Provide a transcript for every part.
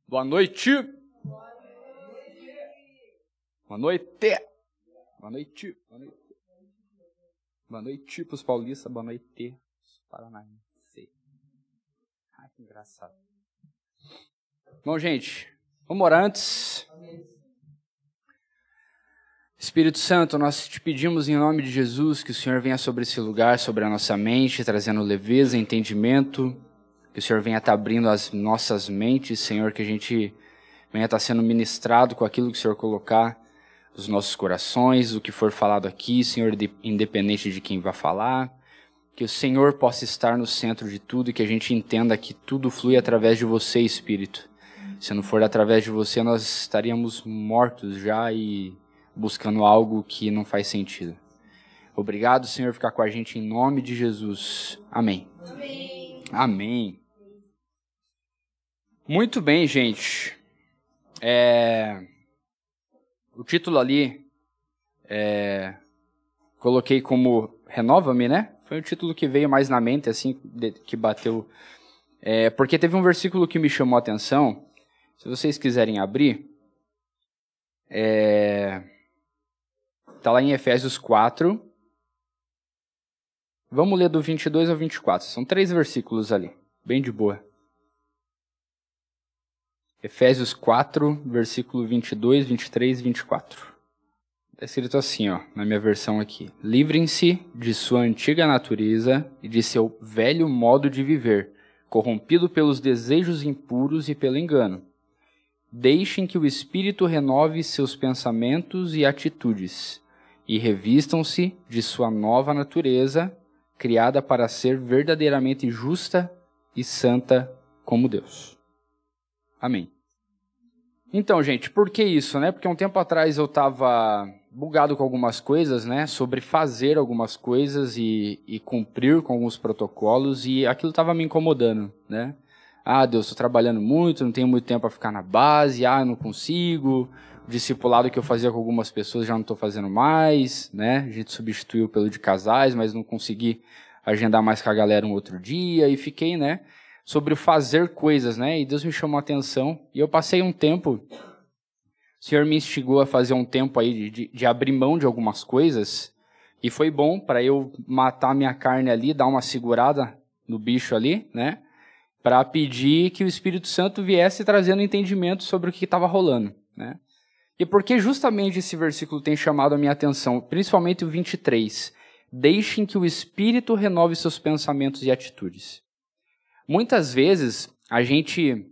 Boa noite. Boa noite. Boa noite. Boa noite. Boa noite para os paulistas, boa noite paranaenses. Ai, que engraçado. Bom, gente, vamos orar antes. Espírito Santo, nós te pedimos em nome de Jesus que o Senhor venha sobre esse lugar, sobre a nossa mente, trazendo leveza, entendimento, que o Senhor venha estar abrindo as nossas mentes, Senhor, que a gente venha estar sendo ministrado com aquilo que o Senhor colocar nos nossos corações, o que for falado aqui, Senhor, independente de quem vai falar, que o Senhor possa estar no centro de tudo e que a gente entenda que tudo flui através de você, Espírito. Se não for através de você, nós estaríamos mortos já e buscando algo que não faz sentido. Obrigado, Senhor, por ficar com a gente em nome de Jesus. Amém. Amém. Amém. Muito bem, gente. O título ali, coloquei como Renova-me, né? Foi o título que veio mais na mente, assim, que bateu. Porque teve um versículo que me chamou a atenção. Se vocês quiserem abrir, está lá em Efésios 4. Vamos ler do 22 ao 24. São 3 versículos ali, bem de boa. Efésios 4, versículo 22, 23 e 24. Está escrito assim, ó, na minha versão aqui. Livrem-se de sua antiga natureza e de seu velho modo de viver, corrompido pelos desejos impuros e pelo engano. Deixem que o Espírito renove seus pensamentos e atitudes, e revistam-se de sua nova natureza, criada para ser verdadeiramente justa e santa como Deus. Amém. Então, gente, por que isso, né? Porque um tempo atrás eu estava bugado com algumas coisas, né? Sobre fazer algumas coisas e cumprir com alguns protocolos, e aquilo estava me incomodando, né? Ah, Deus, estou trabalhando muito, não tenho muito tempo para ficar na base, eu não consigo. O discipulado que eu fazia com algumas pessoas já não estou fazendo mais, né? A gente substituiu pelo de casais, mas não consegui agendar mais com a galera um outro dia, e fiquei, né? Sobre o fazer coisas, né? E Deus me chamou a atenção. E eu passei um tempo, o Senhor me instigou a fazer um tempo aí de abrir mão de algumas coisas. E foi bom para eu matar minha carne ali, dar uma segurada no bicho ali, né? Para pedir que o Espírito Santo viesse trazendo entendimento sobre o que estava rolando, né? E porque justamente esse versículo tem chamado a minha atenção, principalmente o 23. Deixem que o Espírito renove seus pensamentos e atitudes. Muitas vezes a gente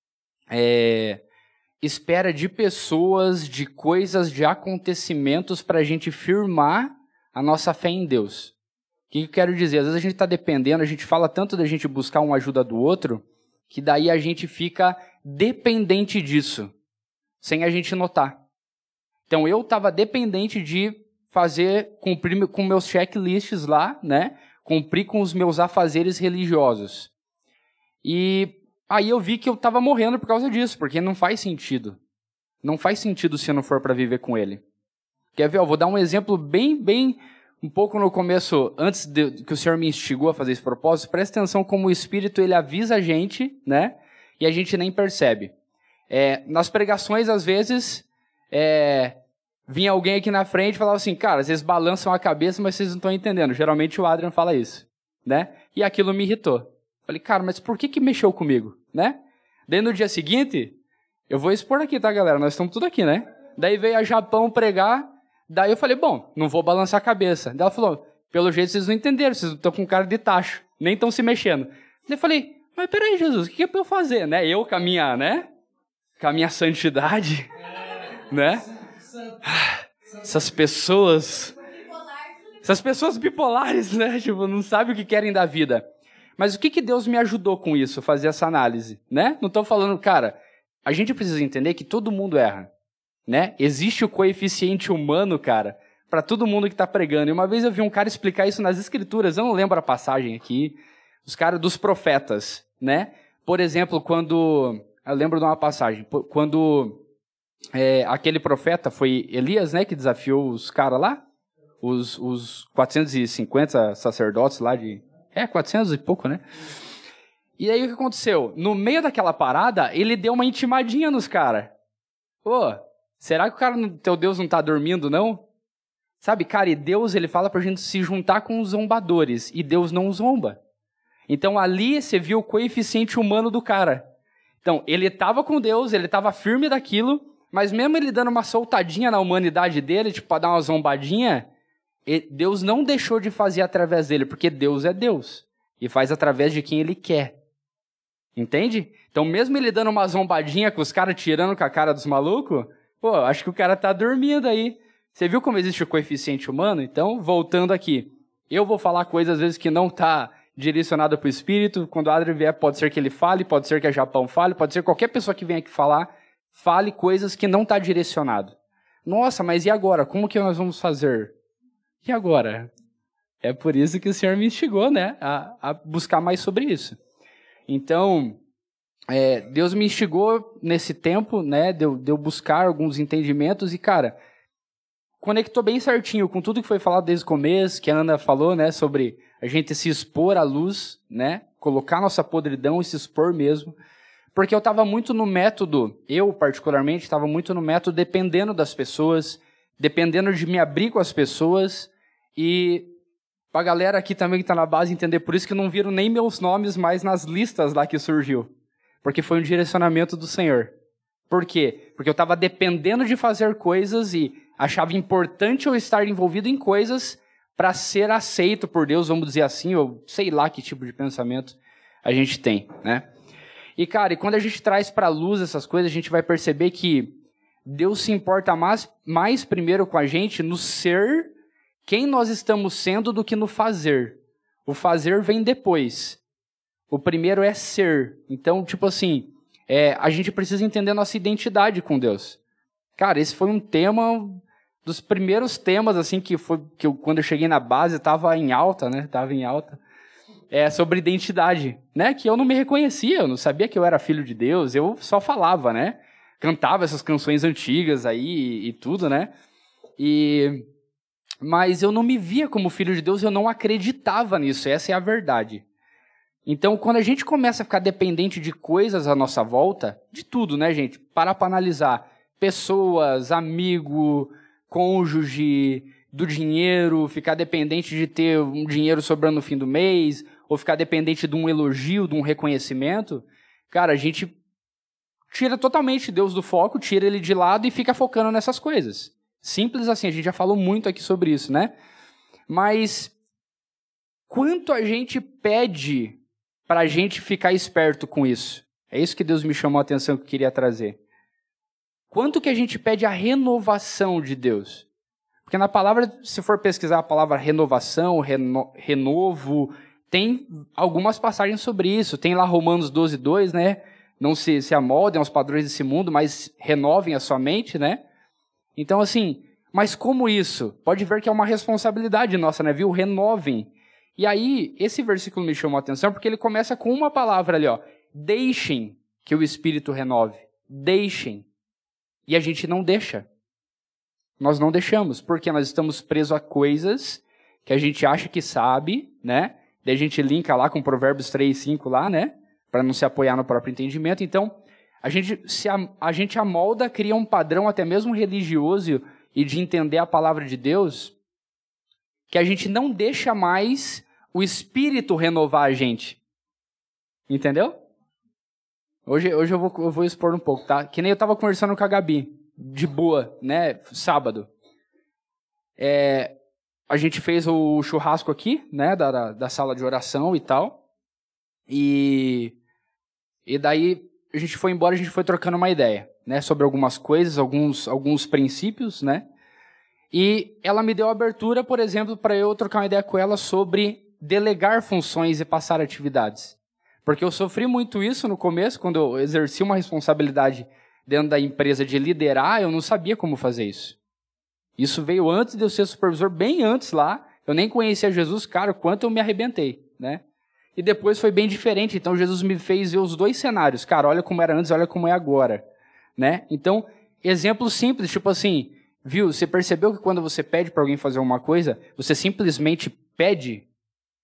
espera de pessoas, de coisas, de acontecimentos para a gente firmar a nossa fé em Deus. O que eu quero dizer? Às vezes a gente está dependendo, a gente fala tanto da gente buscar uma ajuda do outro, que daí a gente fica dependente disso, sem a gente notar. Então eu estava dependente de cumprir com meus checklists lá, né? Cumprir com os meus afazeres religiosos. E aí eu vi que eu estava morrendo por causa disso, porque não faz sentido. Não faz sentido se eu não for para viver com ele. Quer ver? Eu vou dar um exemplo bem, um pouco no começo, antes que o Senhor me instigou a fazer esse propósito. Presta atenção como o Espírito ele avisa a gente, né? E a gente nem percebe. Nas pregações, às vezes, vinha alguém aqui na frente e falava assim, cara, às vezes balançam a cabeça, mas vocês não estão entendendo. Geralmente o Adrian fala isso, né? E aquilo me irritou. Falei, cara, mas por que mexeu comigo, né? Daí no dia seguinte, eu vou expor aqui, tá, galera? Nós estamos tudo aqui, né? Daí veio a Japão pregar, daí eu falei, bom, não vou balançar a cabeça. Daí ela falou, pelo jeito vocês não entenderam, vocês estão com cara de tacho, nem estão se mexendo. Daí eu falei, mas peraí, Jesus, o que é pra eu fazer, né? Eu com a minha santidade, né? Essas pessoas bipolares, né? Tipo, não sabem o que querem da vida. Mas o que Deus me ajudou com isso, fazer essa análise, né? Não estou falando, cara, a gente precisa entender que todo mundo erra, né? Existe o coeficiente humano, cara, para todo mundo que está pregando. E uma vez eu vi um cara explicar isso nas Escrituras, eu não lembro a passagem aqui, os caras dos profetas, né? Por exemplo, eu lembro de uma passagem, quando aquele profeta foi Elias, né, que desafiou os caras lá, os 450 sacerdotes lá 400 e pouco, né? E aí o que aconteceu? No meio daquela parada, ele deu uma intimadinha nos caras. Ô, será que o cara, teu Deus não tá dormindo, não? Sabe, cara, e Deus, ele fala pra gente se juntar com os zombadores, e Deus não zomba. Então ali você viu o coeficiente humano do cara. Então, ele tava com Deus, ele tava firme daquilo, mas mesmo ele dando uma soltadinha na humanidade dele, tipo, pra dar uma zombadinha, Deus não deixou de fazer através dele, porque Deus é Deus, e faz através de quem ele quer. Entende? Então, mesmo ele dando uma zombadinha com os caras tirando com a cara dos malucos, pô, acho que o cara tá dormindo aí. Você viu como existe o coeficiente humano? Então, voltando aqui. Eu vou falar coisas, às vezes, que não tá direcionado para o Espírito. Quando o Adri vier, pode ser que ele fale, pode ser que a Japão fale, pode ser qualquer pessoa que venha aqui falar, fale coisas que não tá direcionado. Nossa, mas e agora? Como que nós vamos fazer? E agora? É por isso que o Senhor me instigou, né? A buscar mais sobre isso. Então, Deus me instigou nesse tempo, né? De eu buscar alguns entendimentos e, cara, conectou bem certinho com tudo que foi falado desde o começo, que a Ana falou, né? Sobre a gente se expor à luz, né? Colocar nossa podridão e se expor mesmo. Porque eu estava muito no método, eu particularmente, estava muito no método dependendo das pessoas, dependendo de me abrir com as pessoas e... Pra galera aqui também que tá na base entender, por isso que não viram nem meus nomes mais nas listas lá que surgiu. Porque foi um direcionamento do Senhor. Por quê? Porque eu tava dependendo de fazer coisas e achava importante eu estar envolvido em coisas para ser aceito por Deus, vamos dizer assim, ou sei lá que tipo de pensamento a gente tem, né? E, cara, e quando a gente traz pra luz essas coisas, a gente vai perceber que Deus se importa mais primeiro com a gente no ser... quem nós estamos sendo do que no fazer. O fazer vem depois. O primeiro é ser. Então, tipo assim, a gente precisa entender nossa identidade com Deus. Cara, esse foi um tema, dos primeiros temas, assim, que eu, quando eu cheguei na base, estava em alta, né? Tava em alta. Sobre identidade, né? Que eu não me reconhecia, eu não sabia que eu era filho de Deus, eu só falava, né? Cantava essas canções antigas aí e tudo, né? Mas eu não me via como filho de Deus, eu não acreditava nisso, essa é a verdade. Então, quando a gente começa a ficar dependente de coisas à nossa volta, de tudo, né, gente? Parar para analisar pessoas, amigo, cônjuge, do dinheiro, ficar dependente de ter um dinheiro sobrando no fim do mês, ou ficar dependente de um elogio, de um reconhecimento, cara, a gente tira totalmente Deus do foco, tira ele de lado e fica focando nessas coisas. Simples assim, a gente já falou muito aqui sobre isso, né? Mas quanto a gente pede para a gente ficar esperto com isso? É isso que Deus me chamou a atenção que eu queria trazer. Quanto que a gente pede a renovação de Deus? Porque na palavra, se for pesquisar a palavra renovação, renovo, tem algumas passagens sobre isso. Tem lá Romanos 12:2, né? Não se amoldem aos padrões desse mundo, mas renovem a sua mente, né? Então, assim, mas como isso? Pode ver que é uma responsabilidade nossa, né? Viu? Renovem. E aí, esse versículo me chamou a atenção porque ele começa com uma palavra ali, ó. Deixem que o Espírito renove. Deixem. E a gente não deixa. Nós não deixamos, porque nós estamos presos a coisas que a gente acha que sabe, né? Daí a gente linka lá com Provérbios 3:5 lá, né? Para não se apoiar no próprio entendimento. Então, a gente amolda, cria um padrão até mesmo religioso e de entender a palavra de Deus, que a gente não deixa mais o Espírito renovar a gente. Entendeu? Hoje eu vou expor um pouco, tá? Que nem eu tava conversando com a Gabi, de boa, né? Sábado. A gente fez o churrasco aqui, né? Da sala de oração e tal. E daí a gente foi embora, a gente foi trocando uma ideia, né? Sobre algumas coisas, alguns princípios, né? E ela me deu abertura, por exemplo, para eu trocar uma ideia com ela sobre delegar funções e passar atividades. Porque eu sofri muito isso no começo, quando eu exerci uma responsabilidade dentro da empresa de liderar, eu não sabia como fazer isso. Isso veio antes de eu ser supervisor, bem antes lá. Eu nem conhecia Jesus, cara, o quanto eu me arrebentei, né? E depois foi bem diferente. Então Jesus me fez ver os dois cenários. Cara, olha como era antes, olha como é agora, né? Então, exemplo simples, tipo assim, viu? Você percebeu que quando você pede para alguém fazer uma coisa, você simplesmente pede?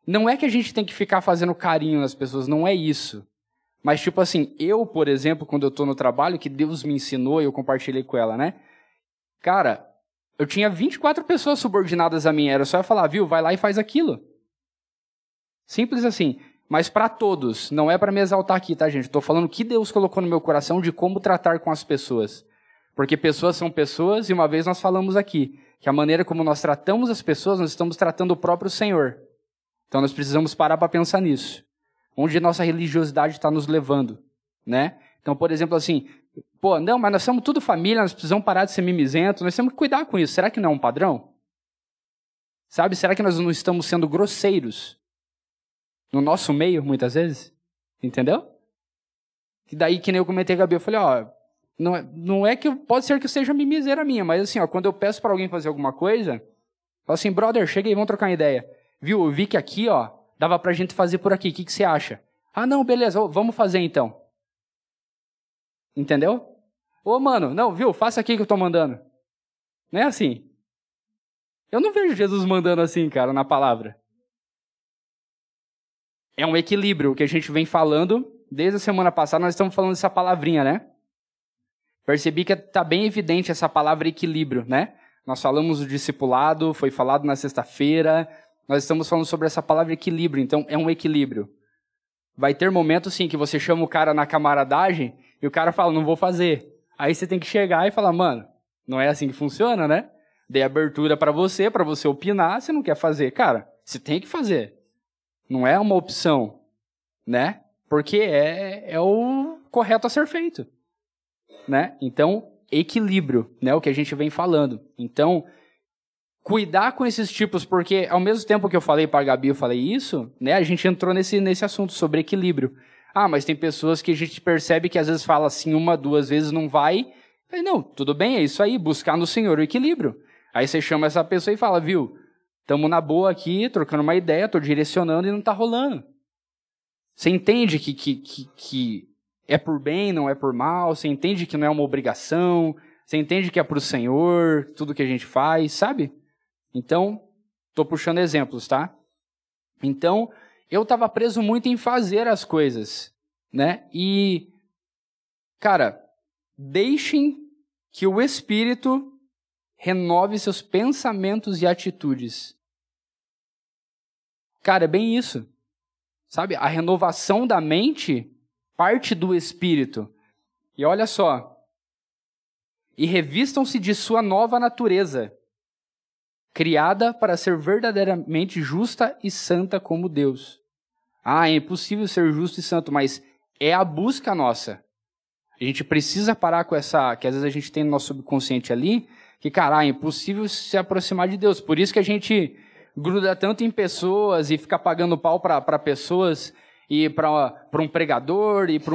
Não é que a gente tem que ficar fazendo carinho nas pessoas, não é isso. Mas, tipo assim, eu, por exemplo, quando eu tô no trabalho, que Deus me ensinou e eu compartilhei com ela, né? Cara, eu tinha 24 pessoas subordinadas a mim, era só eu falar, viu, vai lá e faz aquilo. Simples assim. Mas para todos, não é para me exaltar aqui, tá, gente? Estou falando o que Deus colocou no meu coração de como tratar com as pessoas. Porque pessoas são pessoas, e uma vez nós falamos aqui, que a maneira como nós tratamos as pessoas, nós estamos tratando o próprio Senhor. Então nós precisamos parar para pensar nisso. Onde nossa religiosidade está nos levando, né? Então, por exemplo, assim, pô, não, mas nós somos tudo família, nós precisamos parar de ser mimizento, nós temos que cuidar com isso. Será que não é um padrão? Sabe, será que nós não estamos sendo grosseiros no nosso meio, muitas vezes? Entendeu? E daí, que nem eu comentei com a Gabi, eu falei, ó, não é que pode ser que seja mimiseira minha, mas assim, ó, quando eu peço para alguém fazer alguma coisa, eu falo assim, brother, chega aí, vamos trocar uma ideia. Viu, eu vi que aqui, ó, dava pra gente fazer por aqui, o que você acha? Ah, não, beleza, vamos fazer então. Entendeu? Ô, mano, não, viu, faça aqui que eu tô mandando. Não é assim. Eu não vejo Jesus mandando assim, cara, na palavra. É um equilíbrio que a gente vem falando, desde a semana passada nós estamos falando dessa palavrinha, né? Percebi que tá bem evidente essa palavra equilíbrio, né? Nós falamos do discipulado, foi falado na sexta-feira, nós estamos falando sobre essa palavra equilíbrio, então é um equilíbrio. Vai ter momentos, sim, que você chama o cara na camaradagem e o cara fala, não vou fazer. Aí você tem que chegar e falar, mano, não é assim que funciona, né? Dei abertura para você opinar, você não quer fazer. Cara, você tem que fazer. Não é uma opção, né? Porque é o correto a ser feito, né? Então, equilíbrio, né? O que a gente vem falando. Então, cuidar com esses tipos, porque ao mesmo tempo que eu falei para a Gabi, eu falei isso, né? A gente entrou nesse assunto sobre equilíbrio. Ah, mas tem pessoas que a gente percebe que às vezes fala assim uma, duas vezes, não vai. Falei, não, tudo bem, é isso aí, buscar no Senhor o equilíbrio. Aí você chama essa pessoa e fala, viu, estamos na boa aqui, trocando uma ideia, estou direcionando e não está rolando. Você entende que é por bem, não é por mal, você entende que não é uma obrigação, você entende que é para o Senhor, tudo que a gente faz, sabe? Então, estou puxando exemplos, tá? Então, eu estava preso muito em fazer as coisas, né? E, cara, deixem que o Espírito renove seus pensamentos e atitudes. Cara, é bem isso. Sabe? A renovação da mente parte do Espírito. E olha só. E revistam-se de sua nova natureza, criada para ser verdadeiramente justa e santa como Deus. Ah, é impossível ser justo e santo, mas é a busca nossa. A gente precisa parar com essa, que às vezes a gente tem no nosso subconsciente ali, que, cara, é impossível se aproximar de Deus. Por isso que a gente gruda tanto em pessoas e fica pagando pau para pessoas e para um pregador e para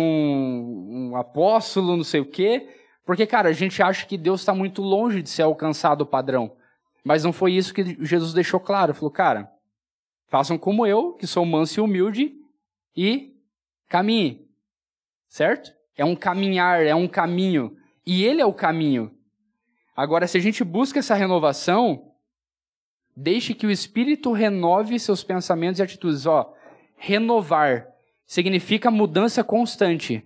um apóstolo, não sei o quê. Porque, cara, a gente acha que Deus está muito longe de ser alcançado o padrão. Mas não foi isso que Jesus deixou claro. Falou, cara, façam como eu, que sou manso e humilde, e caminhe. Certo? É um caminhar, é um caminho. E ele é o caminho. Agora, se a gente busca essa renovação, deixe que o Espírito renove seus pensamentos e atitudes. Ó, renovar significa mudança constante.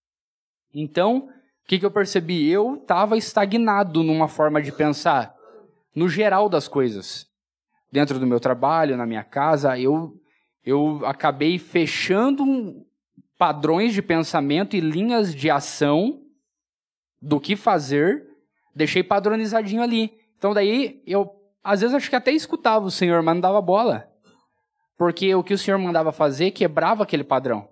Então, o que eu percebi? Eu estava estagnado numa forma de pensar, no geral das coisas. Dentro do meu trabalho, na minha casa, eu acabei fechando padrões de pensamento e linhas de ação do que fazer, deixei padronizadinho ali. Então daí, eu às vezes acho que até escutava o Senhor, mas não dava bola. Porque o que o Senhor mandava fazer quebrava aquele padrão.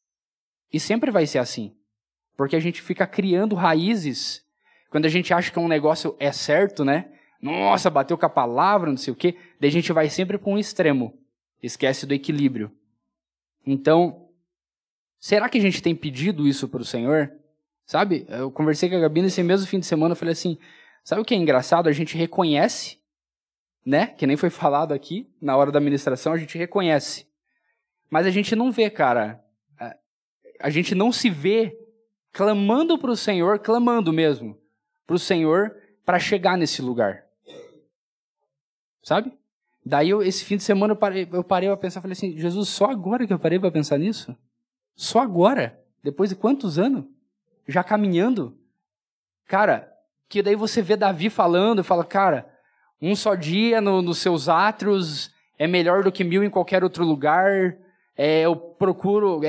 E sempre vai ser assim. Porque a gente fica criando raízes. Quando a gente acha que um negócio é certo, né? Nossa, bateu com a palavra, não sei o quê. Daí a gente vai sempre para um extremo. Esquece do equilíbrio. Então, será que a gente tem pedido isso para o Senhor? Sabe? Eu conversei com a Gabi nesse mesmo fim de semana, eu falei assim, sabe o que é engraçado? A gente reconhece, né? Que nem foi falado aqui, na hora da ministração, a gente reconhece. Mas a gente não vê, cara. A gente não se vê clamando para o Senhor, clamando mesmo, para o Senhor, para chegar nesse lugar. Sabe? Daí, esse fim de semana, eu parei pra pensar, falei assim, Jesus, só agora que eu parei pra pensar nisso? Só agora? Depois de quantos anos? Já caminhando? Cara, que daí você vê Davi falando, fala, cara, um só dia nos seus átrios é melhor do que 1000 em qualquer outro lugar. Eu procuro...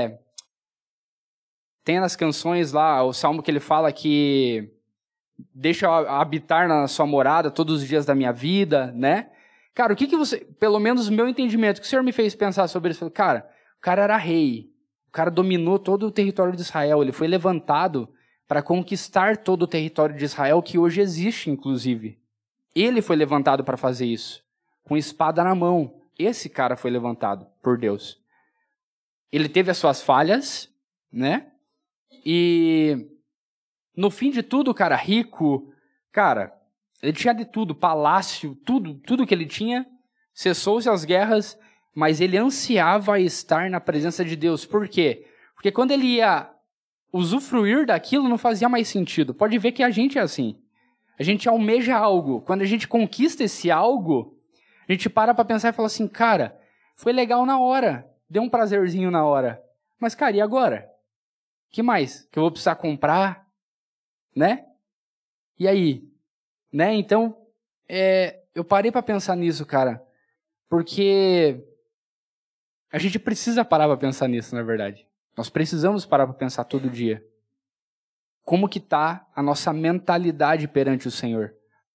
Tem nas canções lá, o salmo que ele fala que deixa eu habitar na sua morada todos os dias da minha vida, né? Cara, o que você... Pelo menos o meu entendimento, o que o Senhor me fez pensar sobre isso? Cara, o cara era rei. O cara dominou todo o território de Israel. Ele foi levantado para conquistar todo o território de Israel, que hoje existe, inclusive. Ele foi levantado para fazer isso, com espada na mão. Esse cara foi levantado por Deus. Ele teve as suas falhas, né? E no fim de tudo, cara, rico, cara, ele tinha de tudo, palácio, tudo que ele tinha, cessou-se as guerras, mas ele ansiava estar na presença de Deus. Por quê? Porque quando ele ia usufruir daquilo, não fazia mais sentido. Pode ver que a gente é assim. A gente almeja algo. Quando a gente conquista esse algo, a gente para pensar e fala assim, cara, foi legal na hora, deu um prazerzinho na hora. Mas, cara, e agora? Que mais? Que eu vou precisar comprar? Né? E aí? Né? Então, eu parei para pensar nisso, cara. Porque a gente precisa parar para pensar nisso, na verdade. Nós precisamos parar para pensar todo dia. Como que tá a nossa mentalidade perante o Senhor?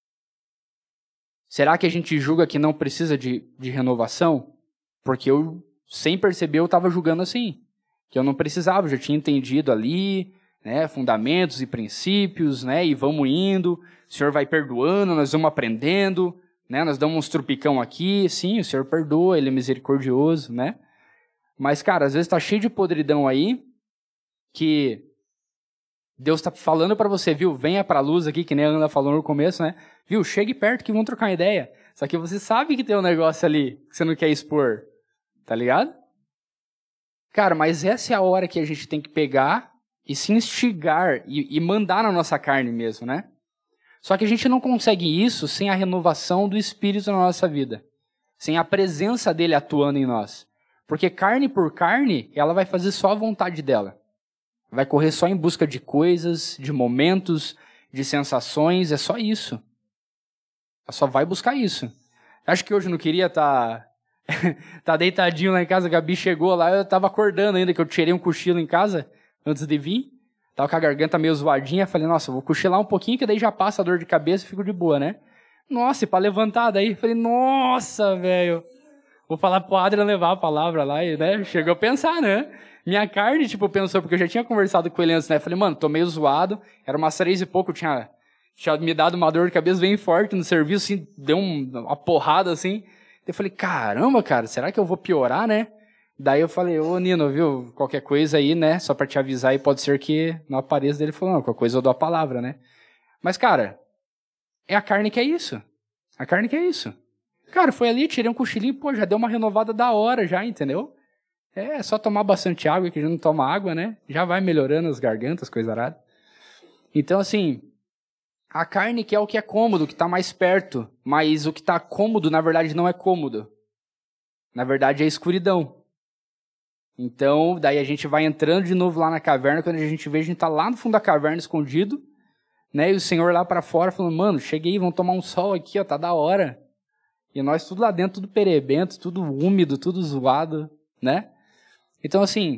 Será que a gente julga que não precisa de renovação? Porque eu, sem perceber, eu estava julgando assim. Que eu não precisava, eu já tinha entendido ali, né, fundamentos e princípios, né, e vamos indo, o Senhor vai perdoando, nós vamos aprendendo, né, nós damos uns trupicão aqui, sim, o Senhor perdoa, Ele é misericordioso, né? Mas, cara, às vezes tá cheio de podridão aí, que Deus tá falando para você, viu, venha pra luz aqui, que nem a Ana falou no começo, né? Viu, chegue perto que vamos trocar uma ideia. Só que você sabe que tem um negócio ali que você não quer expor, tá ligado? Cara, mas essa é a hora que a gente tem que pegar e se instigar e mandar na nossa carne mesmo, né? Só que a gente não consegue isso sem a renovação do Espírito na nossa vida. Sem a presença dele atuando em nós. Porque carne por carne, ela vai fazer só a vontade dela. Vai correr só em busca de coisas, de momentos, de sensações, é só isso. Ela só vai buscar isso. Acho que hoje eu não queria estar... tá deitadinho lá em casa, a Gabi chegou lá, eu tava acordando ainda, que eu tirei um cochilo em casa, antes de vir, tava com a garganta meio zoadinha, falei, nossa, vou cochilar um pouquinho, que daí já passa a dor de cabeça e fico de boa, né? Nossa, e pra levantar daí, falei, nossa, velho, vou falar pro Adrian levar a palavra lá, e, né, chegou a pensar, né? Minha carne, tipo, pensou, porque eu já tinha conversado com ele antes, né? Falei, mano, tô meio zoado, era umas 3 e pouco, tinha me dado uma dor de cabeça bem forte no serviço, assim, deu uma porrada, assim. Eu falei, caramba, cara, será que eu vou piorar, né? Daí eu falei, ô Nino, viu, qualquer coisa aí, né, só pra te avisar aí, pode ser que não apareça. Dele falou, não, qualquer coisa eu dou a palavra, né? Mas, cara, é a carne que é isso. A carne que é isso. Cara, foi ali, tirei um cochilinho, pô, já deu uma renovada da hora já, entendeu? É só tomar bastante água, que a gente não toma água, né? Já vai melhorando as gargantas, coisa arada. Então, assim... A carne que é o que é cômodo, que está mais perto, mas o que está cômodo, na verdade, não é cômodo. Na verdade, é escuridão. Então, daí a gente vai entrando de novo lá na caverna, quando a gente vê, a gente está lá no fundo da caverna, escondido, né? E o Senhor lá para fora falando, mano, cheguei, vamos tomar um sol aqui, ó, tá da hora. E nós tudo lá dentro, tudo perebento, tudo úmido, tudo zoado, né? Então, assim,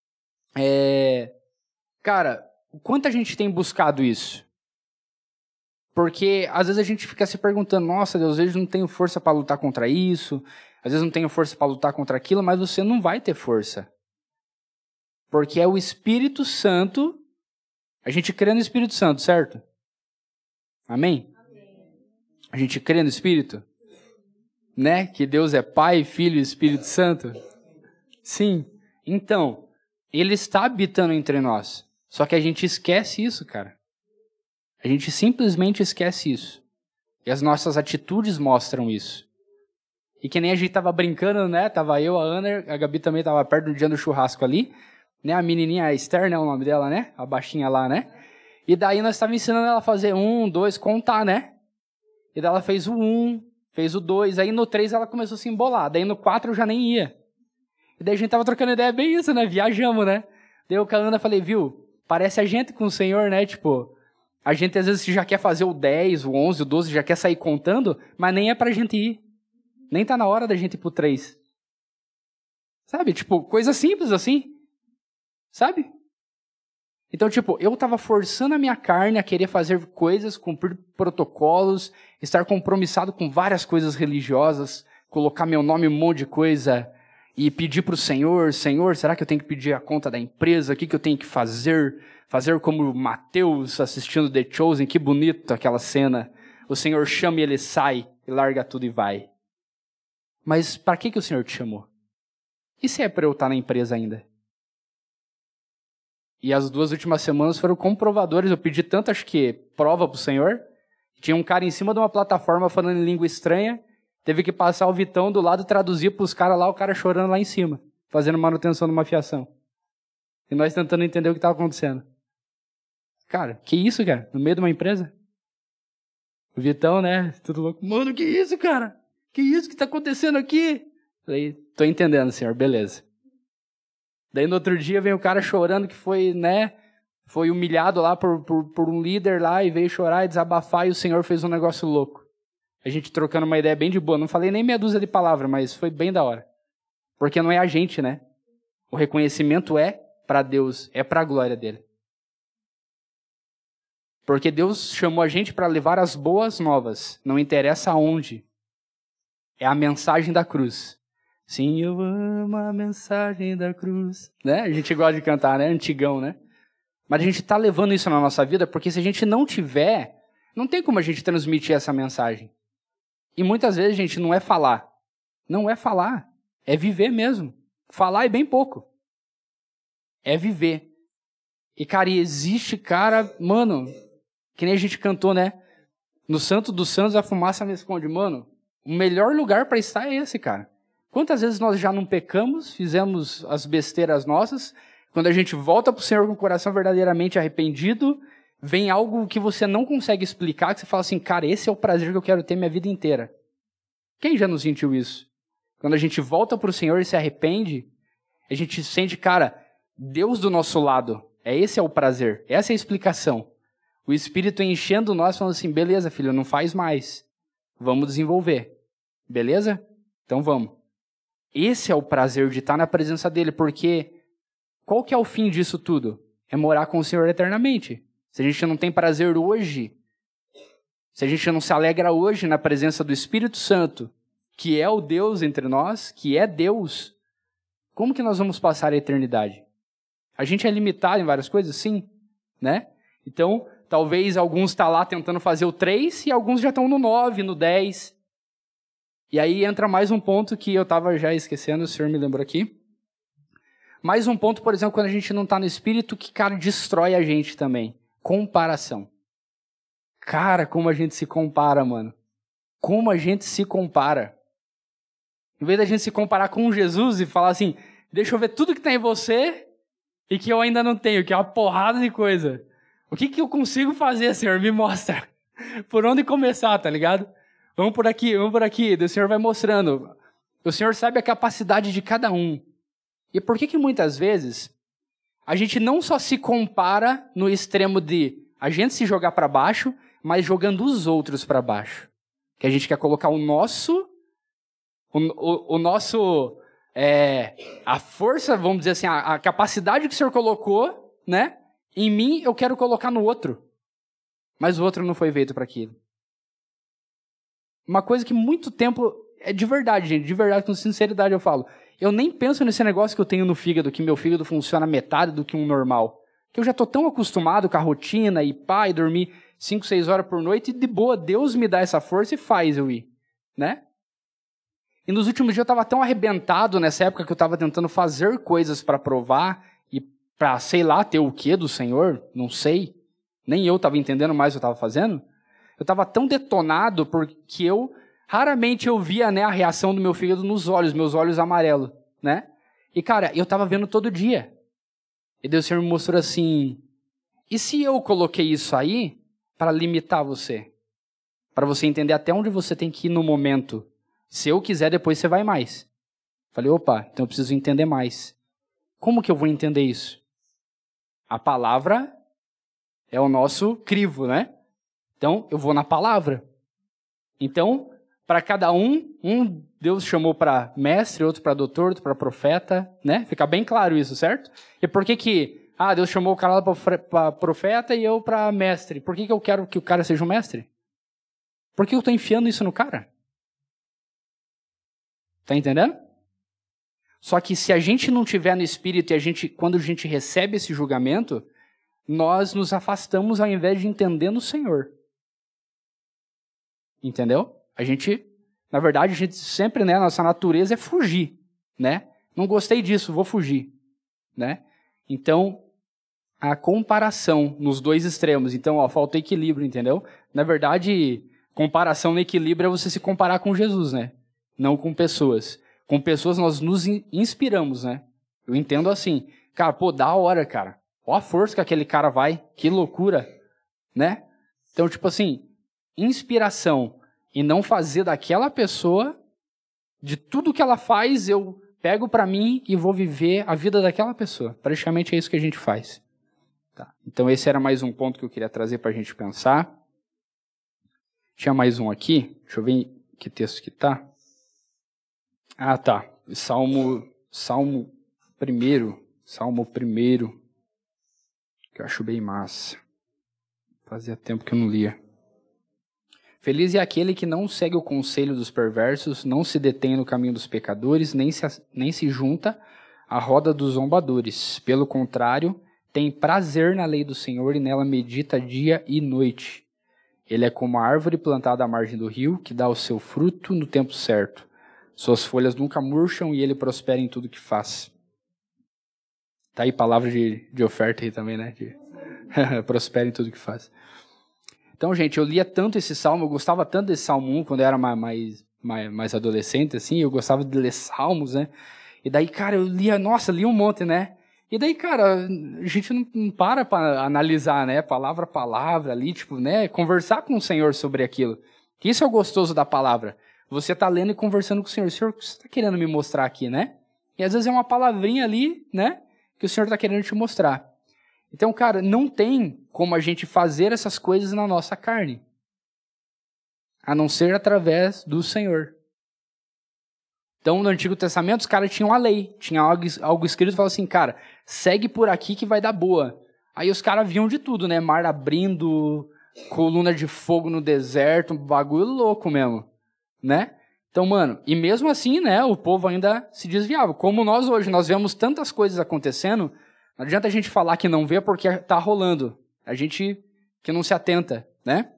cara, o quanto a gente tem buscado isso? Porque às vezes a gente fica se perguntando, nossa Deus, às vezes não tenho força para lutar contra isso, às vezes não tenho força para lutar contra aquilo, mas você não vai ter força. Porque é o Espírito Santo, a gente crê no Espírito Santo, certo? Amém? A gente crê no Espírito? Né? Que Deus é Pai, Filho e Espírito Santo? Sim. Então, Ele está habitando entre nós. Só que a gente esquece isso, cara. A gente simplesmente esquece isso. E as nossas atitudes mostram isso. E que nem a gente tava brincando, né? Tava eu, a Ana, a Gabi também tava perto do dia do churrasco ali. Né? A menininha, a Esther, né? O nome dela, né? A baixinha lá, né? E daí nós estávamos ensinando ela a fazer 1, 2, contar, né? E daí ela fez o 1, fez o 2, aí no 3 ela começou a se embolar, daí no 4 eu já nem ia. E daí a gente tava trocando ideia bem isso, né? Viajamos, né? Daí eu com a Ana falei, viu, parece a gente com o Senhor, né? Tipo, a gente às vezes já quer fazer o 10, o 11, o 12, já quer sair contando, mas nem é pra gente ir. Nem tá na hora da gente ir pro 3. Sabe? Tipo, coisa simples assim. Sabe? Então, tipo, eu tava forçando a minha carne a querer fazer coisas, cumprir protocolos, estar compromissado com várias coisas religiosas, colocar meu nome em um monte de coisa e pedir pro Senhor, Senhor, será que eu tenho que pedir a conta da empresa? O que eu tenho que fazer? Fazer como Mateus assistindo The Chosen, que bonito aquela cena. O Senhor chama e ele sai e larga tudo e vai. Mas para que o Senhor te chamou? E se é para eu estar na empresa ainda? E as 2 últimas semanas foram comprovadores. Eu pedi tanto, acho que, prova pro Senhor. Tinha um cara em cima de uma plataforma falando em língua estranha. Teve que passar o Vitão do lado e traduzir pros caras lá, o cara chorando lá em cima. Fazendo manutenção de uma fiação. E nós tentando entender o que estava acontecendo. Cara, que isso, cara? No meio de uma empresa? O Vitão, né? Tudo louco. Mano, que isso, cara? Que isso que tá acontecendo aqui? Falei, tô entendendo, Senhor, beleza. Daí no outro dia vem o cara chorando que foi, né, foi humilhado lá por um líder lá e veio chorar e desabafar e o Senhor fez um negócio louco. A gente trocando uma ideia bem de boa. Não falei nem meia dúzia de palavras, mas foi bem da hora. Porque não é a gente, né? O reconhecimento é para Deus, é para a glória dele. Porque Deus chamou a gente para levar as boas novas. Não interessa aonde. É a mensagem da cruz. Sim, eu amo a mensagem da cruz. Né? A gente gosta de cantar, né? Antigão, né? Mas a gente está levando isso na nossa vida porque se a gente não tiver, não tem como a gente transmitir essa mensagem. E muitas vezes, gente, não é falar. Não é falar. É viver mesmo. Falar é bem pouco. É viver. E, cara, existe, cara, mano, que nem a gente cantou, né? No Santo dos Santos a fumaça me esconde. Mano, o melhor lugar para estar é esse, cara. Quantas vezes nós já não pecamos, fizemos as besteiras nossas, quando a gente volta pro Senhor com o coração verdadeiramente arrependido, vem algo que você não consegue explicar, que você fala assim, cara, esse é o prazer que eu quero ter minha vida inteira. Quem já não sentiu isso? Quando a gente volta pro Senhor e se arrepende, a gente sente, cara, Deus do nosso lado. Esse é o prazer, essa é a explicação. O Espírito enchendo nós, falando assim, beleza, filho, não faz mais. Vamos desenvolver. Beleza? Então vamos. Esse é o prazer de estar na presença dele, porque qual que é o fim disso tudo? É morar com o Senhor eternamente. Se a gente não tem prazer hoje, se a gente não se alegra hoje na presença do Espírito Santo, que é o Deus entre nós, que é Deus, como que nós vamos passar a eternidade? A gente é limitado em várias coisas? Sim, né? Então, talvez alguns estão lá tentando fazer o 3 e alguns já estão no 9, no 10. E aí entra mais um ponto que eu estava já esquecendo, o senhor me lembrou aqui. Mais um ponto, por exemplo, quando a gente não está no Espírito, que, cara, destrói a gente também. Comparação. Cara, como a gente se compara, mano. Como a gente se compara. Em vez da gente se comparar com Jesus e falar assim, deixa eu ver tudo que tem em você e que eu ainda não tenho, que é uma porrada de coisa. O que eu consigo fazer, Senhor? Me mostra. Por onde começar, tá ligado? Vamos por aqui. O Senhor vai mostrando. O Senhor sabe a capacidade de cada um. E por que muitas vezes a gente não só se compara no extremo de a gente se jogar para baixo, mas jogando os outros para baixo? Que a gente quer colocar o nosso, a força, vamos dizer assim, a capacidade que o Senhor colocou, né? Em mim, eu quero colocar no outro. Mas o outro não foi feito para aquilo. Uma coisa que muito tempo, é de verdade, gente, de verdade, com sinceridade eu falo, eu nem penso nesse negócio que eu tenho no fígado, que meu fígado funciona metade do que um normal. Que eu já tô tão acostumado com a rotina e dormir 5, 6 horas por noite e de boa, Deus me dá essa força e faz eu ir, né? E nos últimos dias eu tava tão arrebentado nessa época que eu tava tentando fazer coisas para provar e para, sei lá, ter o quê do Senhor, não sei. Nem eu tava entendendo mais o que eu tava fazendo. Eu tava tão detonado porque raramente eu via, né, a reação do meu fígado nos olhos, meus olhos amarelos, né? E, cara, eu tava vendo todo dia. E Deus, o Senhor me mostrou assim, e se eu coloquei isso aí para limitar você? para você entender até onde você tem que ir no momento. Se eu quiser, depois você vai mais. Falei, opa, então eu preciso entender mais. Como que eu vou entender isso? A palavra é o nosso crivo, né? Então, eu vou na palavra. Então, para cada um Deus chamou para mestre, outro para doutor, outro para profeta, né? Fica bem claro isso, certo? E por que Deus chamou o cara lá para profeta e eu para mestre? Por que eu quero que o cara seja um mestre? Por que eu estou enfiando isso no cara? Tá entendendo? Só que se a gente não tiver no espírito e quando a gente recebe esse julgamento, nós nos afastamos ao invés de entender no Senhor. Entendeu? Na verdade, a gente sempre, né, nossa natureza é fugir, né? Não gostei disso, vou fugir, né? Então, a comparação nos dois extremos. Então, falta equilíbrio, entendeu? Na verdade, comparação no equilíbrio é você se comparar com Jesus, né? Não com pessoas. Com pessoas nós nos inspiramos, né? Eu entendo assim. Cara, da hora, cara. Ó a força que aquele cara vai. Que loucura, né? Então, tipo assim, inspiração e não fazer daquela pessoa, de tudo que ela faz, eu pego pra mim e vou viver a vida daquela pessoa. Praticamente é isso que a gente faz. Tá. Então esse era mais um ponto que eu queria trazer pra gente pensar. Tinha mais um aqui. Deixa eu ver que texto que tá. Ah, tá. Salmo 1. Salmo 1. Que eu acho bem massa. Fazia tempo que eu não lia. Feliz é aquele que não segue o conselho dos perversos, não se detém no caminho dos pecadores, nem se junta à roda dos zombadores. Pelo contrário, tem prazer na lei do Senhor e nela medita dia e noite. Ele é como a árvore plantada à margem do rio, que dá o seu fruto no tempo certo. Suas folhas nunca murcham e ele prospera em tudo que faz. Tá aí palavra de oferta aí também, né? Prospera em tudo que faz. Então, gente, eu lia tanto esse salmo, eu gostava tanto desse Salmo 1 quando eu era mais adolescente, assim, eu gostava de ler salmos, né? E daí, cara, eu lia um monte, né? E daí, cara, a gente não para analisar, né? Palavra a palavra ali, tipo, né? Conversar com o Senhor sobre aquilo. Isso é o gostoso da palavra. Você tá lendo e conversando com o Senhor. Senhor, o que você tá querendo me mostrar aqui, né? E às vezes é uma palavrinha ali, né? Que o Senhor tá querendo te mostrar. Então, cara, não tem como a gente fazer essas coisas na nossa carne, a não ser através do Senhor. Então, no Antigo Testamento, os caras tinham a lei, tinha algo escrito e falava assim, cara, segue por aqui que vai dar boa. Aí os caras viam de tudo, né? Mar abrindo, coluna de fogo no deserto, um bagulho louco mesmo, né? Então, mano, e mesmo assim, né, o povo ainda se desviava. Como nós hoje, nós vemos tantas coisas acontecendo. Não adianta a gente falar que não vê porque está rolando. A gente que não se atenta, né?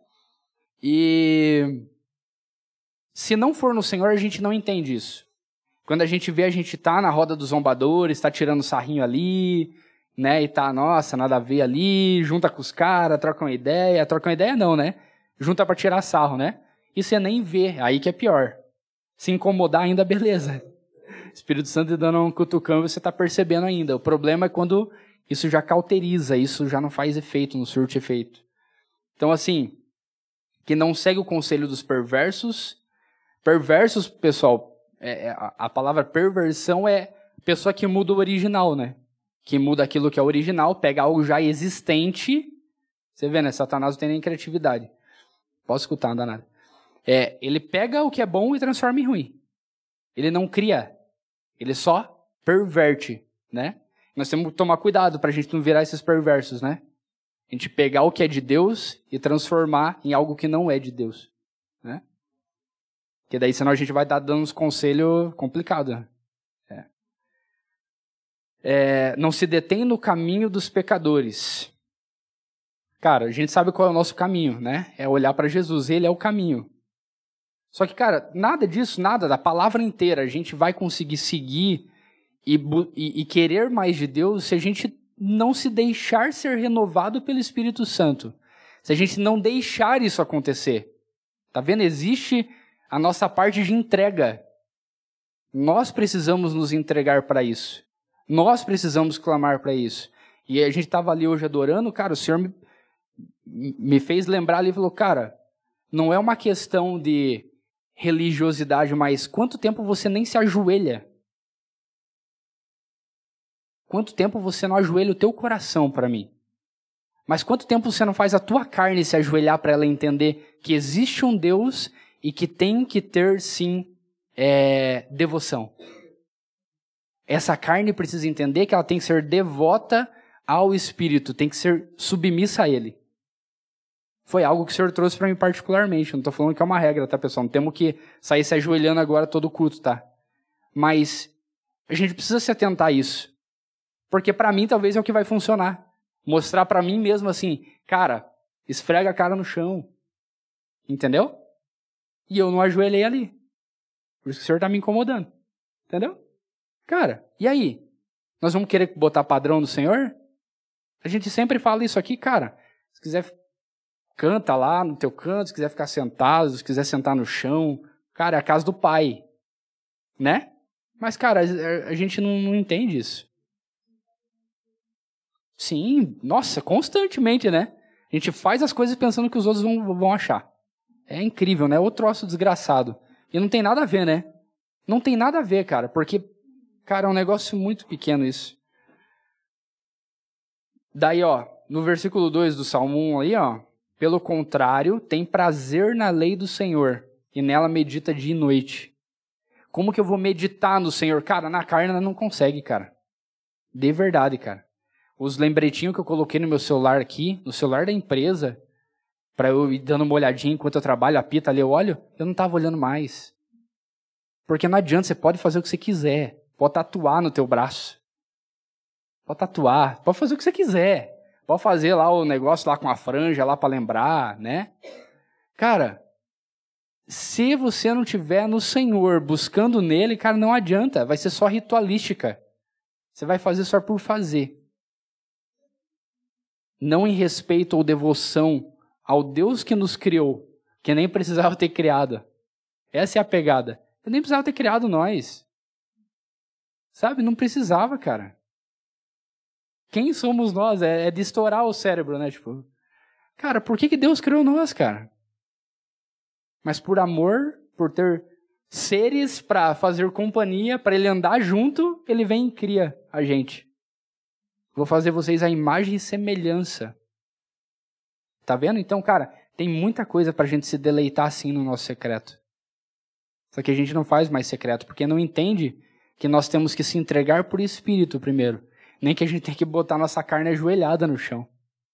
E se não for no Senhor, a gente não entende isso. Quando a gente vê, a gente tá na roda dos zombadores, tá tirando sarrinho ali, né? E tá, nossa, nada a ver ali, junta com os caras, troca uma ideia não, né? Junta para tirar sarro, né? E você nem vê, aí que é pior. Se incomodar ainda, beleza. Espírito Santo dando um cutucão e você está percebendo ainda. O problema é quando isso já cauteriza, isso já não faz efeito, não surte efeito. Então, assim, que não segue o conselho dos perversos. Perversos, pessoal, a palavra perversão é pessoa que muda o original, né? Que muda aquilo que é original, pega algo já existente. Você vê, né? Satanás não tem nem criatividade. Posso escutar, não dá nada. Ele pega o que é bom e transforma em ruim. Ele não cria. Ele só perverte, né? Nós temos que tomar cuidado para a gente não virar esses perversos, né? A gente pegar o que é de Deus e transformar em algo que não é de Deus, né? Porque daí senão a gente vai estar dando uns conselhos complicados. Não se detém no caminho dos pecadores. Cara, a gente sabe qual é o nosso caminho, né? É olhar para Jesus, ele é o caminho. Só que, cara, nada disso, nada, da palavra inteira, a gente vai conseguir seguir e querer mais de Deus se a gente não se deixar ser renovado pelo Espírito Santo. Se a gente não deixar isso acontecer. Tá vendo? Existe a nossa parte de entrega. Nós precisamos nos entregar para isso. Nós precisamos clamar para isso. E a gente estava ali hoje adorando, cara, o Senhor me fez lembrar ali e falou, cara, não é uma questão de religiosidade, mas quanto tempo você nem se ajoelha? Quanto tempo você não ajoelha o teu coração para mim? Mas quanto tempo você não faz a tua carne se ajoelhar para ela entender que existe um Deus e que tem que ter, sim, devoção? Essa carne precisa entender que ela tem que ser devota ao Espírito, tem que ser submissa a Ele. Foi algo que o Senhor trouxe para mim particularmente. Não estou falando que é uma regra, tá, pessoal? Não temos que sair se ajoelhando agora todo culto, tá? Mas a gente precisa se atentar a isso. Porque para mim talvez é o que vai funcionar. Mostrar para mim mesmo assim, cara, esfrega a cara no chão. Entendeu? E eu não ajoelhei ali. Por isso que o Senhor está me incomodando. Entendeu? Cara, e aí? Nós vamos querer botar padrão no Senhor? A gente sempre fala isso aqui, cara. Se quiser, canta lá no teu canto. Se quiser ficar sentado, se quiser sentar no chão. Cara, é a casa do Pai. Né? Mas, cara, a gente não entende isso. Sim, nossa, constantemente, né? A gente faz as coisas pensando que os outros vão achar. É incrível, né? Outro troço desgraçado. E não tem nada a ver, né? Não tem nada a ver, cara, porque, cara, é um negócio muito pequeno isso. Daí, ó, no versículo 2 do Salmo 1 aí, ó, pelo contrário, tem prazer na lei do Senhor, e nela medita dia e noite. Como que eu vou meditar no Senhor? Cara, na carne não consegue, cara. De verdade, cara. Os lembretinhos que eu coloquei no meu celular aqui, no celular da empresa, para eu ir dando uma olhadinha enquanto eu trabalho, apita ali, eu olho, eu não tava olhando mais. Porque não adianta, você pode fazer o que você quiser. Pode tatuar no teu braço. Pode tatuar, pode fazer o que você quiser. Pode fazer lá o negócio lá com a franja lá para lembrar, né? Cara, se você não tiver no Senhor, buscando nele, cara, não adianta. Vai ser só ritualística. Você vai fazer só por fazer. Não em respeito ou devoção ao Deus que nos criou, que nem precisava ter criado. Essa é a pegada. Eu nem precisava ter criado nós. Sabe? Não precisava, cara. Quem somos nós? É de estourar o cérebro, né? Tipo, cara, por que Deus criou nós, cara? Mas por amor, por ter seres para fazer companhia, para ele andar junto, ele vem e cria a gente. Vou fazer vocês a imagem e semelhança. Tá vendo? Então, cara, tem muita coisa pra gente se deleitar assim no nosso secreto. Só que a gente não faz mais secreto, porque não entende que nós temos que se entregar por espírito primeiro. Nem que a gente tem que botar nossa carne ajoelhada no chão.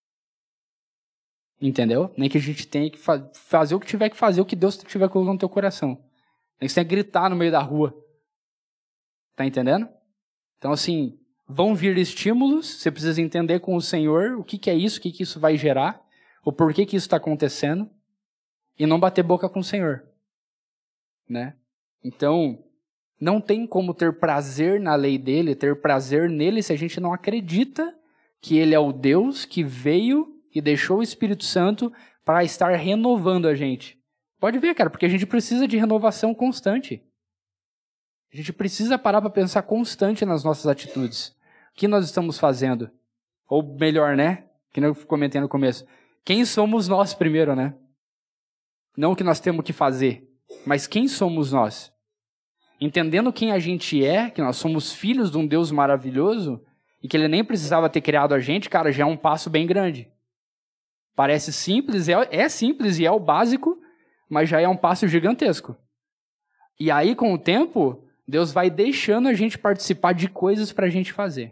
Entendeu? Nem que a gente tenha que fazer o que tiver que fazer, o que Deus tiver colocando no teu coração. Nem que você tenha que gritar no meio da rua. Tá entendendo? Então, assim, vão vir estímulos, você precisa entender com o Senhor o que é isso, o que isso vai gerar, o porquê que isso está acontecendo, e não bater boca com o Senhor. Né? Então, não tem como ter prazer na lei dele, ter prazer nele, se a gente não acredita que ele é o Deus que veio e deixou o Espírito Santo para estar renovando a gente. Pode ver, cara, porque a gente precisa de renovação constante. A gente precisa parar para pensar constante nas nossas atitudes. O que nós estamos fazendo? Ou melhor, né? Que eu comentei no começo. Quem somos nós primeiro, né? Não o que nós temos que fazer, mas quem somos nós? Entendendo quem a gente é, que nós somos filhos de um Deus maravilhoso, e que ele nem precisava ter criado a gente, cara, já é um passo bem grande. Parece simples, é simples e é o básico, mas já é um passo gigantesco. E aí, com o tempo, Deus vai deixando a gente participar de coisas para a gente fazer.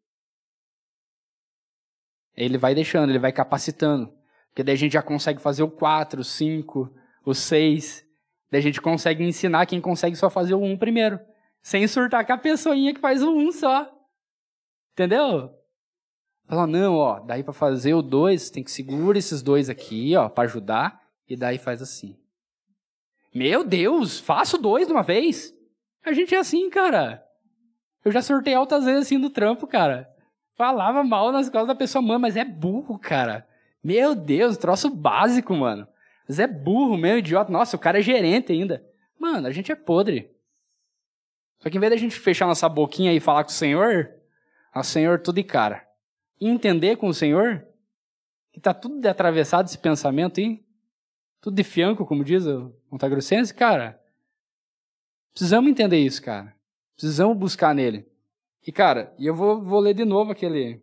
Ele vai deixando, ele vai capacitando. Porque daí a gente já consegue fazer o 4, o 5, o 6. Daí a gente consegue ensinar quem consegue só fazer o 1 primeiro. Sem surtar com a pessoinha que faz o 1 só. Entendeu? Fala, não, ó, daí para fazer o 2, tem que segurar esses 2 aqui, ó, para ajudar, e daí faz assim. Meu Deus, faço 2 de uma vez? A gente é assim, cara. Eu já surtei altas vezes assim do trampo, cara. Falava mal nas costas da pessoa, mano, mas é burro, cara. Meu Deus, troço básico, mano. Mas é burro, meio idiota. Nossa, o cara é gerente ainda. Mano, a gente é podre. Só que em vez da gente fechar nossa boquinha e falar com o Senhor, Senhor, tudo de cara. E entender com o Senhor que tá tudo atravessado esse pensamento aí. Tudo de fianco, como diz o Montagrossense, cara. Precisamos entender isso, cara. Precisamos buscar nele. E, cara, eu vou ler de novo aquele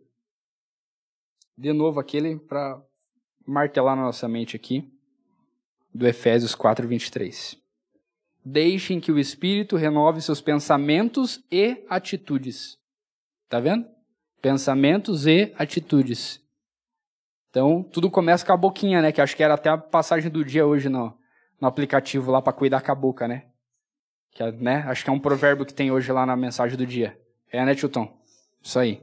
para martelar na nossa mente aqui, do Efésios 4:23. Deixem que o Espírito renove seus pensamentos e atitudes. Tá vendo? Pensamentos e atitudes. Então, tudo começa com a boquinha, né? Que acho que era até a passagem do dia hoje no aplicativo lá para cuidar com a boca, né? Que é, né? Acho que é um provérbio que tem hoje lá na mensagem do dia. É, né, Tilton? Isso aí.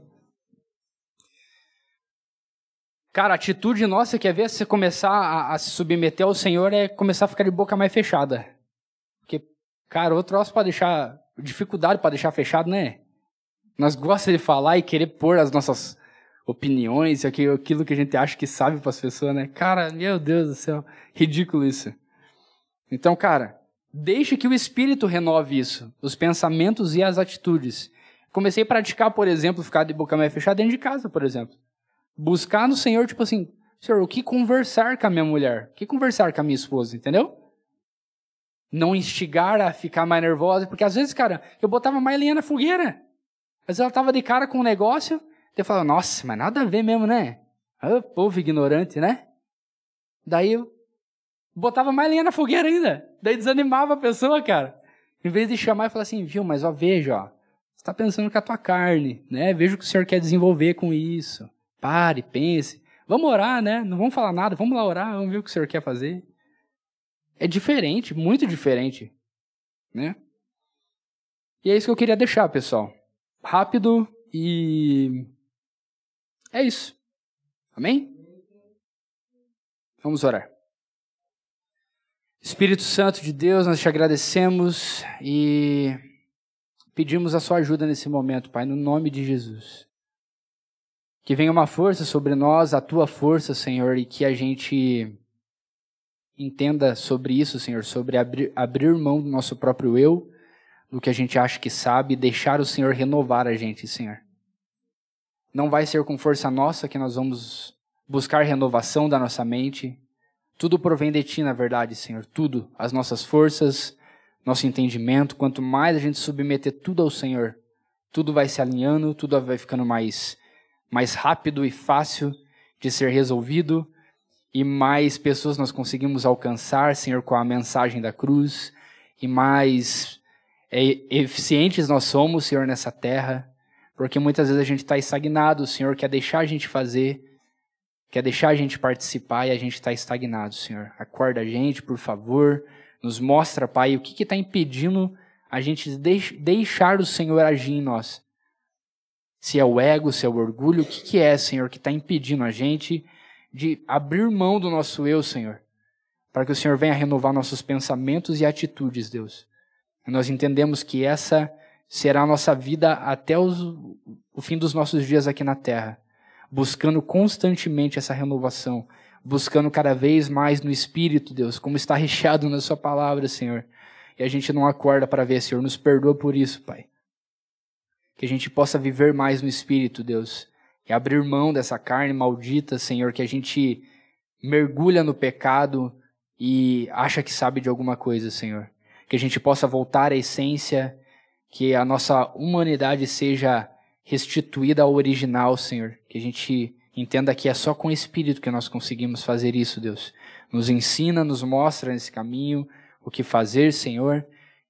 Cara, a atitude nossa, quer ver? Se você começar a se submeter ao Senhor, é começar a ficar de boca mais fechada. Porque, cara, outro troço para deixar... Dificuldade para deixar fechado, né? Nós gostamos de falar e querer pôr as nossas opiniões, aquilo que a gente acha que sabe para as pessoas, né? Cara, meu Deus do céu, ridículo isso. Então, cara, deixe que o Espírito renove isso, os pensamentos e as atitudes. Comecei a praticar, por exemplo, ficar de boca mais fechada dentro de casa, por exemplo. Buscar no Senhor, tipo assim, Senhor, o que conversar com a minha mulher? O que conversar com a minha esposa, entendeu? Não instigar a ficar mais nervosa, porque às vezes, cara, eu botava mais lenha na fogueira. Às vezes ela tava de cara com um negócio, eu falava, nossa, mas nada a ver mesmo, né? Ah, povo ignorante, né? Daí eu botava mais lenha na fogueira ainda. Daí desanimava a pessoa, cara. Em vez de chamar e falar assim, viu, mas ó, veja, ó, você tá pensando com a tua carne, né? Veja o que o Senhor quer desenvolver com isso. Pare, pense. Vamos orar, né? Não vamos falar nada, vamos lá orar, vamos ver o que o Senhor quer fazer. É diferente, muito diferente, né? E é isso que eu queria deixar, pessoal. Rápido e... é isso. Amém? Vamos orar. Espírito Santo de Deus, nós te agradecemos e pedimos a sua ajuda nesse momento, Pai, no nome de Jesus. Que venha uma força sobre nós, a tua força, Senhor, e que a gente entenda sobre isso, Senhor, sobre abrir mão do nosso próprio eu, do que a gente acha que sabe, e deixar o Senhor renovar a gente, Senhor. Não vai ser com força nossa que nós vamos buscar renovação da nossa mente. Tudo provém de Ti, na verdade, Senhor. Tudo. As nossas forças, nosso entendimento. Quanto mais a gente submeter tudo ao Senhor, tudo vai se alinhando, tudo vai ficando mais rápido e fácil de ser resolvido. E mais pessoas nós conseguimos alcançar, Senhor, com a mensagem da cruz. E mais eficientes nós somos, Senhor, nessa terra. Porque muitas vezes a gente está estagnado, o Senhor quer deixar a gente fazer, quer deixar a gente participar e a gente está estagnado, Senhor. Acorda a gente, por favor, nos mostra, Pai, o que está impedindo a gente deixar o Senhor agir em nós. Se é o ego, se é o orgulho, o que é, Senhor, que está impedindo a gente de abrir mão do nosso eu, Senhor, para que o Senhor venha renovar nossos pensamentos e atitudes, Deus. E nós entendemos que essa será a nossa vida até o fim dos nossos dias aqui na terra, buscando constantemente essa renovação, buscando cada vez mais no Espírito, Deus, como está recheado na sua palavra, Senhor. E a gente não acorda para ver, Senhor, nos perdoa por isso, Pai. Que a gente possa viver mais no Espírito, Deus, e abrir mão dessa carne maldita, Senhor, que a gente mergulha no pecado e acha que sabe de alguma coisa, Senhor. Que a gente possa voltar à essência, que a nossa humanidade seja restituída ao original, Senhor. Que a gente entenda que é só com o Espírito que nós conseguimos fazer isso, Deus. Nos ensina, nos mostra nesse caminho o que fazer, Senhor.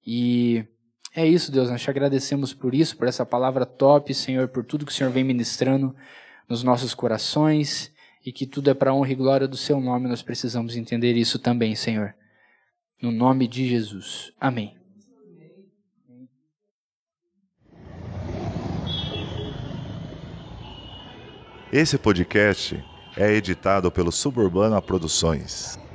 E é isso, Deus. Nós te agradecemos por isso, por essa palavra top, Senhor, por tudo que o Senhor vem ministrando nos nossos corações. E que tudo é para a honra e glória do seu nome. Nós precisamos entender isso também, Senhor. No nome de Jesus. Amém. Esse podcast é editado pelo Suburbana Produções.